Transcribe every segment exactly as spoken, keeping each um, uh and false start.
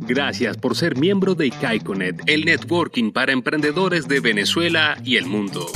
Gracias por ser miembro de KaiConnect, el networking para emprendedores de Venezuela y el mundo.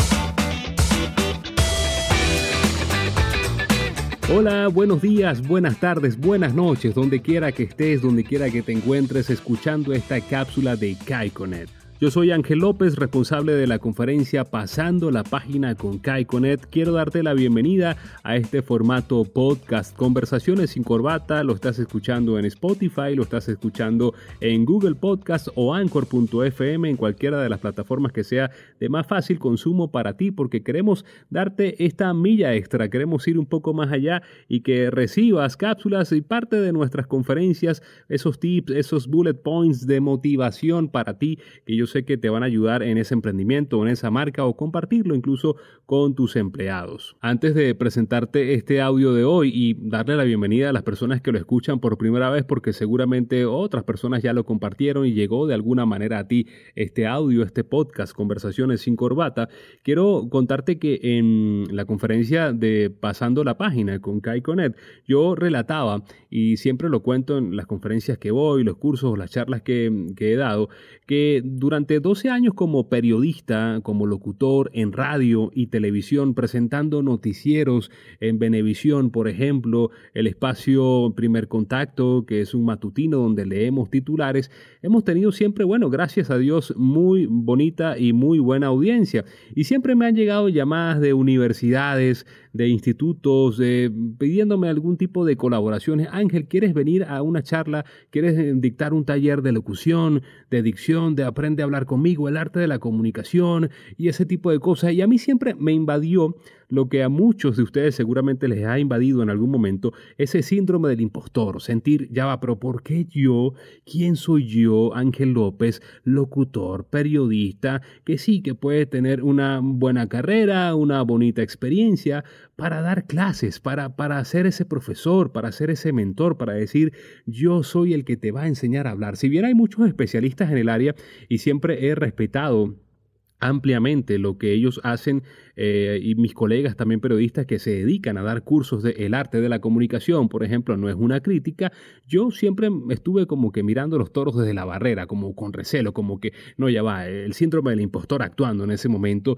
Hola, buenos días, buenas tardes, buenas noches, donde quiera que estés, donde quiera que te encuentres escuchando esta cápsula de KaiConnect. Yo soy Ángel López, responsable de la conferencia Pasando la Página con KaiConnect. Quiero darte la bienvenida a este formato podcast, Conversaciones sin Corbata. Lo estás escuchando en Spotify, lo estás escuchando en Google Podcast o Anchor punto efe eme, en cualquiera de las plataformas que sea de más fácil consumo para ti, porque queremos darte esta milla extra, queremos ir un poco más allá y que recibas cápsulas y parte de nuestras conferencias, esos tips, esos bullet points de motivación para ti, que yo sé que te van a ayudar en ese emprendimiento, en esa marca o compartirlo incluso con tus empleados. Antes de presentarte este audio de hoy y darle la bienvenida a las personas que lo escuchan por primera vez, porque seguramente otras personas ya lo compartieron y llegó de alguna manera a ti este audio, este podcast, Conversaciones sin Corbata, quiero contarte que en la conferencia de Pasando la Página con KaiConnect, yo relataba, y siempre lo cuento en las conferencias que voy, los cursos, las charlas que, que he dado, que durante Durante doce años como periodista, como locutor en radio y televisión, presentando noticieros en Venevisión, por ejemplo, el espacio Primer Contacto, que es un matutino donde leemos titulares, hemos tenido siempre, bueno, gracias a Dios, muy bonita y muy buena audiencia. Y siempre me han llegado llamadas de universidades, de institutos, de, pidiéndome algún tipo de colaboraciones. Ángel, ¿quieres venir a una charla? ¿Quieres dictar un taller de locución, de dicción, de aprende a hablar conmigo, el arte de la comunicación y ese tipo de cosas? Y a mí siempre me invadió lo que a muchos de ustedes seguramente les ha invadido en algún momento, ese síndrome del impostor, sentir, ya va, pero ¿por qué yo? ¿Quién soy yo, Ángel López, locutor, periodista, que sí, que puede tener una buena carrera, una bonita experiencia para dar clases, para, para ser ese profesor, para ser ese mentor, para decir, yo soy el que te va a enseñar a hablar? Si bien hay muchos especialistas en el área y siempre he respetado ampliamente lo que ellos hacen, eh, y mis colegas también periodistas que se dedican a dar cursos de el arte de la comunicación, por ejemplo, no es una crítica. Yo siempre estuve como que mirando los toros desde la barrera, como con recelo, como que no, ya va, el síndrome del impostor actuando en ese momento.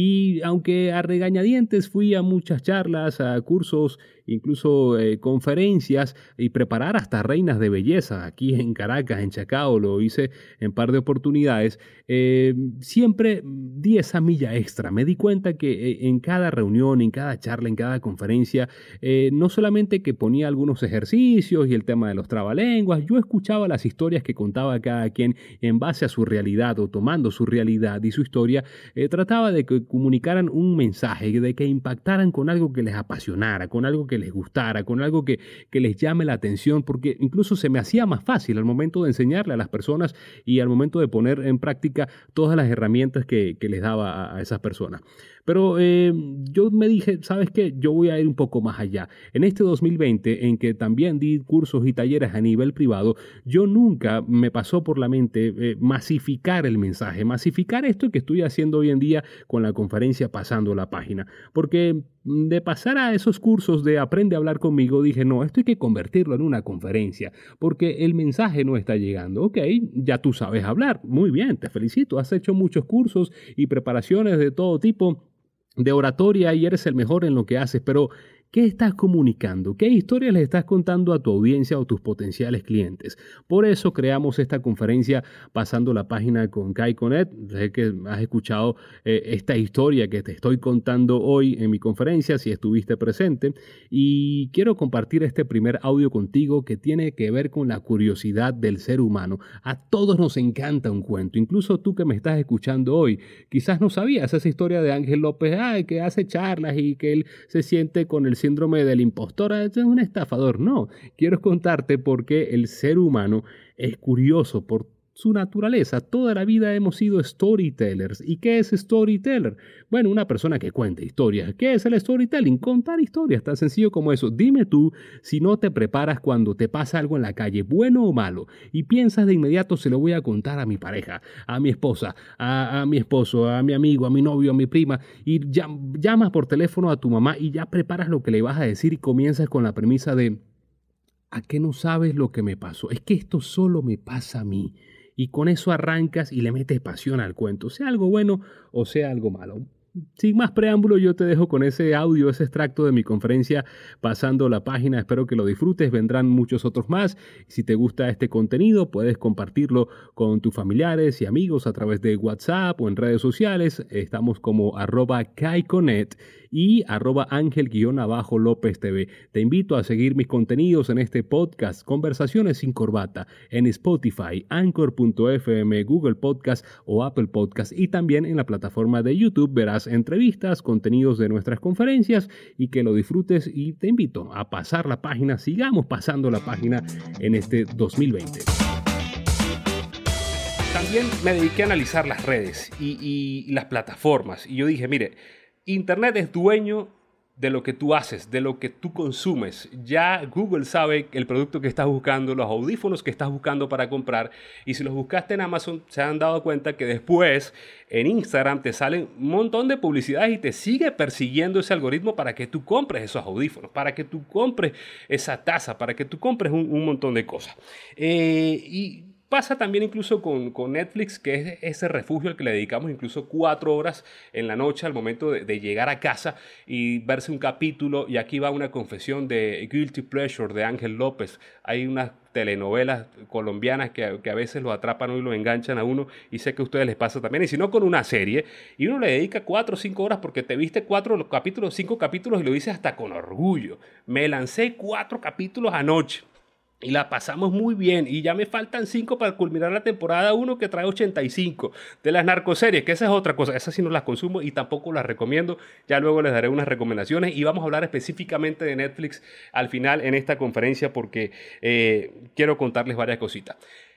Y aunque a regañadientes fui a muchas charlas, a cursos, incluso eh, conferencias, y preparar hasta reinas de belleza aquí en Caracas, en Chacao, lo hice en par de oportunidades, eh, siempre di esa milla extra. Me di cuenta que eh, en cada reunión, en cada charla, en cada conferencia, eh, no solamente que ponía algunos ejercicios y el tema de los trabalenguas, yo escuchaba las historias que contaba cada quien en base a su realidad o tomando su realidad y su historia, eh, trataba de que comunicaran un mensaje, de que impactaran con algo que les apasionara, con algo que les gustara, con algo que, que les llame la atención, porque incluso se me hacía más fácil al momento de enseñarle a las personas y al momento de poner en práctica todas las herramientas que, que les daba a, a esas personas. Pero eh, yo me dije, ¿sabes qué? Yo voy a ir un poco más allá. En este dos mil veinte, en que también di cursos y talleres a nivel privado, yo nunca me pasó por la mente eh, masificar el mensaje, masificar esto que estoy haciendo hoy en día con la conferencia Pasando la Página. Porque de pasar a esos cursos de aprende a hablar conmigo, dije, no, esto hay que convertirlo en una conferencia, porque el mensaje no está llegando. Ok, ya tú sabes hablar, muy bien, te felicito, has hecho muchos cursos y preparaciones de todo tipo de oratoria y eres el mejor en lo que haces, pero ¿qué estás comunicando? ¿Qué historias le estás contando a tu audiencia o tus potenciales clientes? Por eso creamos esta conferencia Pasando la Página con KaiConnect. Sé que has escuchado eh, esta historia que te estoy contando hoy en mi conferencia, si estuviste presente, y quiero compartir este primer audio contigo que tiene que ver con la curiosidad del ser humano. A todos nos encanta un cuento, incluso tú que me estás escuchando hoy, quizás no sabías esa historia de Ángel López, ay, que hace charlas y que él se siente con el síndrome del impostor, es un estafador. No, quiero contarte por qué el ser humano es curioso por su naturaleza. Toda la vida hemos sido storytellers. ¿Y qué es storyteller? Bueno, una persona que cuenta historias. ¿Qué es el storytelling? Contar historias, tan sencillo como eso. Dime tú si no te preparas cuando te pasa algo en la calle, bueno o malo, y piensas de inmediato, se lo voy a contar a mi pareja, a mi esposa, a, a mi esposo, a mi amigo, a mi novio, a mi prima, y llamas por teléfono a tu mamá y ya preparas lo que le vas a decir y comienzas con la premisa de: ¿a qué no sabes lo que me pasó? Es que esto solo me pasa a mí. Y con eso arrancas y le metes pasión al cuento, sea algo bueno o sea algo malo. Sin más preámbulo, yo te dejo con ese audio, ese extracto de mi conferencia Pasando la Página. Espero que lo disfrutes, vendrán muchos otros más. Si te gusta este contenido, puedes compartirlo con tus familiares y amigos a través de WhatsApp o en redes sociales. Estamos como arroba KaiConnect y arroba Ángel-López TV. Te invito a seguir mis contenidos en este podcast Conversaciones sin Corbata en Spotify, Anchor punto efe eme, Google Podcast o Apple Podcast, y también en la plataforma de YouTube verás entrevistas, contenidos de nuestras conferencias, y que lo disfrutes, y te invito a pasar la página. Sigamos pasando la página en este dos mil veinte. También me dediqué a analizar las redes y, y las plataformas, y yo dije, mire, Internet es dueño de lo que tú haces, de lo que tú consumes. Ya Google sabe el producto que estás buscando, los audífonos que estás buscando para comprar, y si los buscaste en Amazon, se han dado cuenta que después en Instagram te salen un montón de publicidades y te sigue persiguiendo ese algoritmo para que tú compres esos audífonos, para que tú compres esa taza, para que tú compres un, un montón de cosas. Eh, y pasa también incluso con, con Netflix, que es ese refugio al que le dedicamos incluso cuatro horas en la noche al momento de, de llegar a casa y verse un capítulo. Y aquí va una confesión de Guilty Pleasure de Ángel López. Hay unas telenovelas colombianas que, que a veces lo atrapan y lo enganchan a uno, y sé que a ustedes les pasa también. Y si no, con una serie, y uno le dedica cuatro o cinco horas porque te viste cuatro capítulos, cinco capítulos, y lo dices hasta con orgullo. Me lancé cuatro capítulos anoche y la pasamos muy bien, y ya me faltan cinco para culminar la temporada uno, que trae ochenta y cinco de las narcoseries, que esa es otra cosa. Esas sí no las consumo y tampoco las recomiendo. Ya luego les daré unas recomendaciones, y vamos a hablar específicamente de Netflix al final en esta conferencia, porque eh, quiero contarles varias cositas.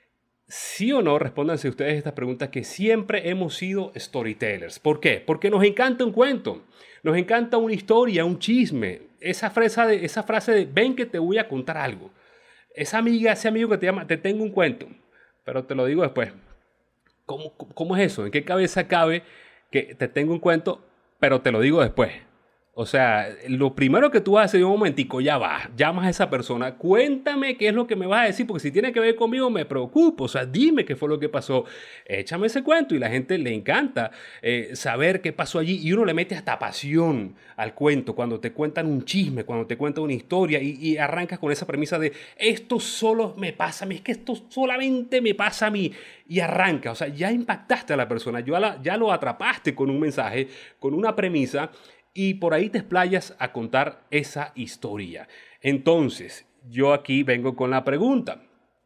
¿Sí o no? Respóndanse ustedes estas preguntas, que siempre hemos sido storytellers. ¿Por qué? Porque nos encanta un cuento, nos encanta una historia, un chisme. Esa frase de, esa frase de ven que te voy a contar algo. Esa amiga, ese amigo que te llama, te tengo un cuento, pero te lo digo después. ¿Cómo, cómo es eso? ¿En qué cabeza cabe que te tengo un cuento, pero te lo digo después? O sea, lo primero que tú vas a hacer, un momentico, ya va, llamas a esa persona, cuéntame qué es lo que me vas a decir, porque si tiene que ver conmigo me preocupo. O sea, dime qué fue lo que pasó, échame ese cuento. Y la gente le encanta eh, saber qué pasó allí, y uno le mete hasta pasión al cuento cuando te cuentan un chisme, cuando te cuentan una historia, y, y arrancas con esa premisa de esto solo me pasa a mí, es que esto solamente me pasa a mí, y arranca. O sea, ya impactaste a la persona, ya, la, ya lo atrapaste con un mensaje, con una premisa, y por ahí te explayas a contar esa historia. Entonces, yo aquí vengo con la pregunta.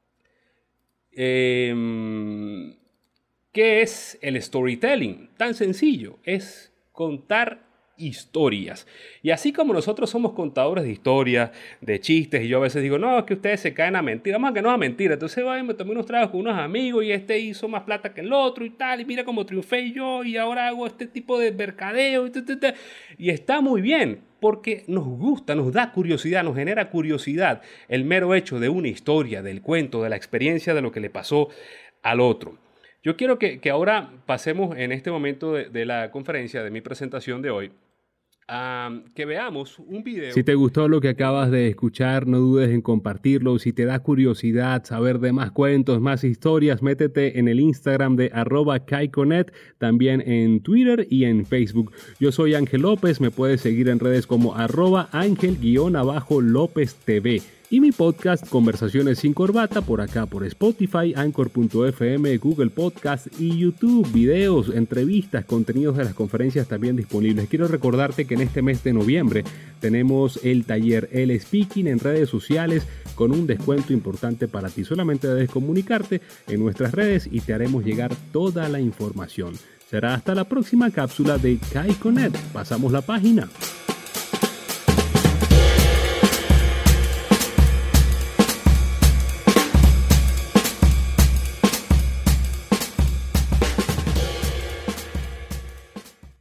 Eh, ¿Qué es el storytelling? Tan sencillo, es contar historias. Y así como nosotros somos contadores de historias, de chistes, y yo a veces digo, no, es que ustedes se caen a mentir, vamos a que no a mentir. Entonces, vaya, me tomé unos tragos con unos amigos y este hizo más plata que el otro y tal, y mira cómo triunfé yo, y ahora hago este tipo de mercadeo, y, t, t, t. Y está muy bien, porque nos gusta, nos da curiosidad, nos genera curiosidad el mero hecho de una historia, del cuento, de la experiencia, de lo que le pasó al otro. Yo quiero que, que ahora pasemos en este momento de, de la conferencia, de mi presentación de hoy, a que veamos un video. Si te gustó lo que acabas de escuchar, no dudes en compartirlo. Si te da curiosidad saber de más cuentos, más historias, métete en el Instagram de arroba KaiConnect, también en Twitter y en Facebook. Yo soy Ángel López, me puedes seguir en redes como arroba Ángel-López TV. Y mi podcast Conversaciones sin Corbata por acá por Spotify, Anchor punto efe eme, Google Podcast y YouTube. Videos, entrevistas, contenidos de las conferencias también disponibles. Quiero recordarte que en este mes de noviembre tenemos el taller El Speaking en redes sociales con un descuento importante para ti. Solamente debes comunicarte en nuestras redes y te haremos llegar toda la información. Será hasta la próxima cápsula de KaiConnect. Pasamos la página.